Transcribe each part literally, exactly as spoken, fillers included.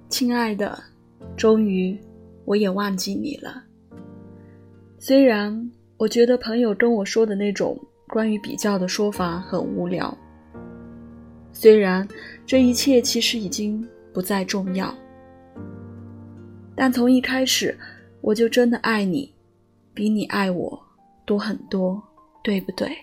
亲爱的，终于我也忘记你了。虽然我觉得朋友跟我说的那种关于比较的说法很无聊，虽然这一切其实已经不再重要，但从一开始我就真的爱你，比你爱我多很多，对不对？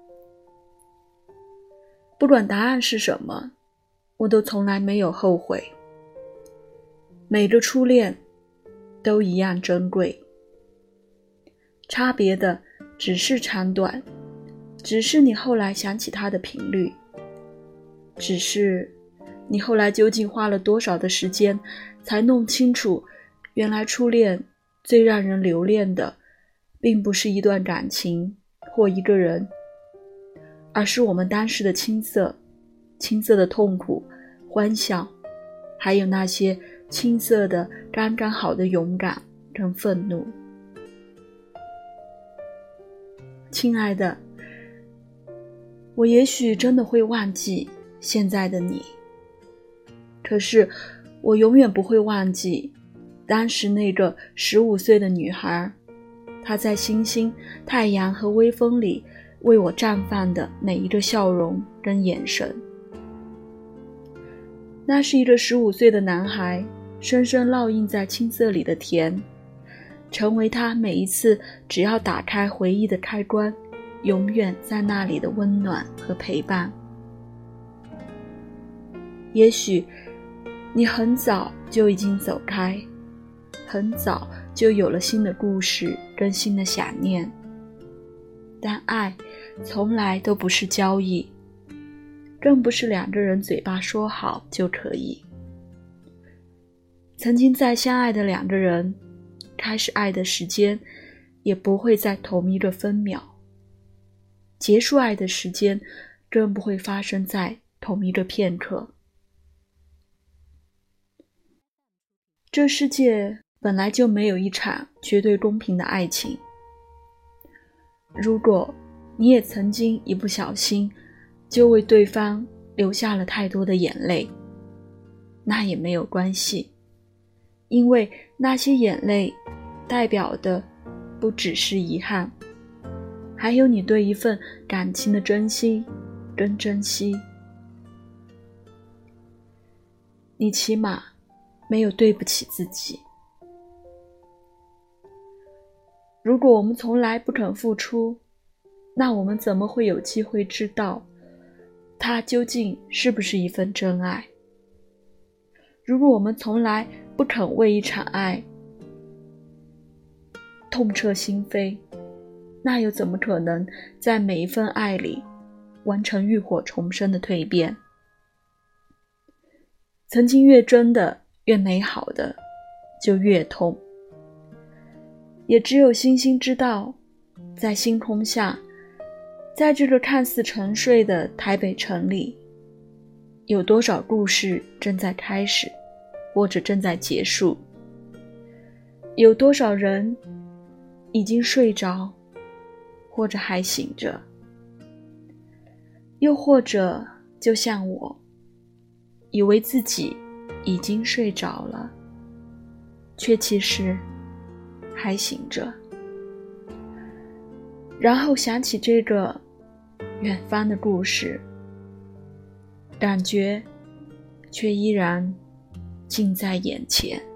不管答案是什么，我都从来没有后悔。每个初恋都一样珍贵，差别的只是长短，只是你后来想起它的频率，只是你后来究竟花了多少的时间才弄清楚，原来初恋最让人留恋的并不是一段感情或一个人，而是我们当时的青涩，青涩的痛苦、欢笑，还有那些青涩的刚刚好的勇敢跟愤怒。亲爱的，我也许真的会忘记现在的你，可是我永远不会忘记当时那个十五岁的女孩，她在星星、太阳和微风里为我绽放的每一个笑容跟眼神。那是一个十五岁的男孩，深深烙印在青涩里的甜，成为他每一次只要打开回忆的开关，永远在那里的温暖和陪伴。也许你很早就已经走开，很早就有了新的故事跟新的想念，但爱从来都不是交易，更不是两个人嘴巴说好就可以。曾经再相爱的两个人，开始爱的时间也不会在同一个分秒，结束爱的时间更不会发生在同一个片刻。这世界本来就没有一场绝对公平的爱情，如果你也曾经一不小心就为对方流下了太多的眼泪，那也没有关系，因为那些眼泪代表的不只是遗憾，还有你对一份感情的珍惜跟珍惜。你起码没有对不起自己。如果我们从来不肯付出，那我们怎么会有机会知道它究竟是不是一份真爱？如果我们从来不肯为一场爱痛彻心扉，那又怎么可能在每一份爱里完成浴火重生的蜕变？曾经越真的越美好的就越痛，也只有星星知道，在星空下，在这个看似沉睡的台北城里，有多少故事正在开始，或者正在结束，有多少人已经睡着，或者还醒着，又或者就像我，以为自己已经睡着了，却其实还醒着，然后想起这个远方的故事，感觉却依然近在眼前。